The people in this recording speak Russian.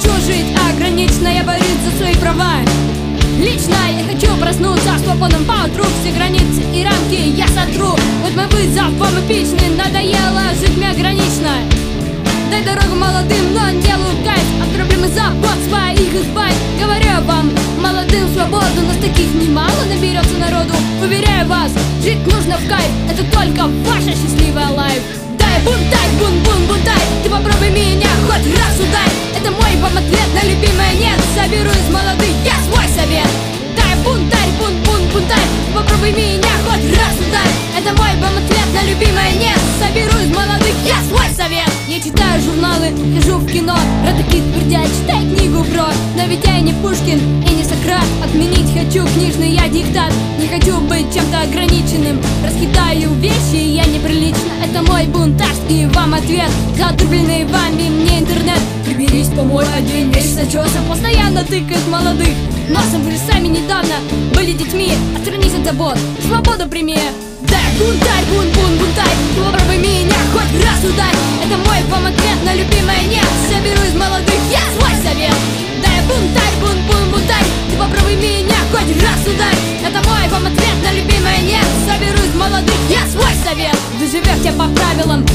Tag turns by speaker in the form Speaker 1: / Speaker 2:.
Speaker 1: хочу жить ограниченно, я борюсь за свои права. Лично я хочу проснуться свободным поутру. Все границы и рамки я сотру. Вот мой вызов вам эпичный, надоело жить мне ограниченно. Дай дорогу молодым, но делаю кайф от проблем и забот своих избавь. Говорю вам, молодым свободу, нас таких немало наберется народу. Уверяю вас, жить нужно в кайф, это только ваша счастливая лайф. Дай бунтай, бун-бун, бунтай, ты попробуй меня хоть раз удай. Это мой вам ответ на любимое нет. Соберу из молодых я свой совет. Дай бунтарь, бун-бун, бунтай, ты попробуй меня хоть раз удай. Это мой вам ответ на любимое нет. Соберу из молодых я свой совет. Я читаю журналы, хожу в кино. Родаки твердят, читай книгу, бро. Но ведь я не Пушкин и не Сократ. Отменить хочу книжный я диктат. Не хочу быть чем-то ограниченным. Раскидаю вещи, я неприлично. Это мой бунтарский вам ответ. Затрубленный вами мне интернет. Приберись, помой, один месяц начесом. Постоянно тыкает молодых носом. Вы же сами недавно были детьми. Отстранись от забот, свободу прими. Дай бунтарь, бун-бун, бунтай, ты попробуй меня хоть раз удай. Это мой вам ответ на любимое нет. Соберу из молодых я свой совет. Дай бунтарь, бун-бун, бунтай, ты попробуй меня хоть раз удай. Это мой вам ответ на любимое нет. Соберу из молодых я свой совет. Вы живете по правилам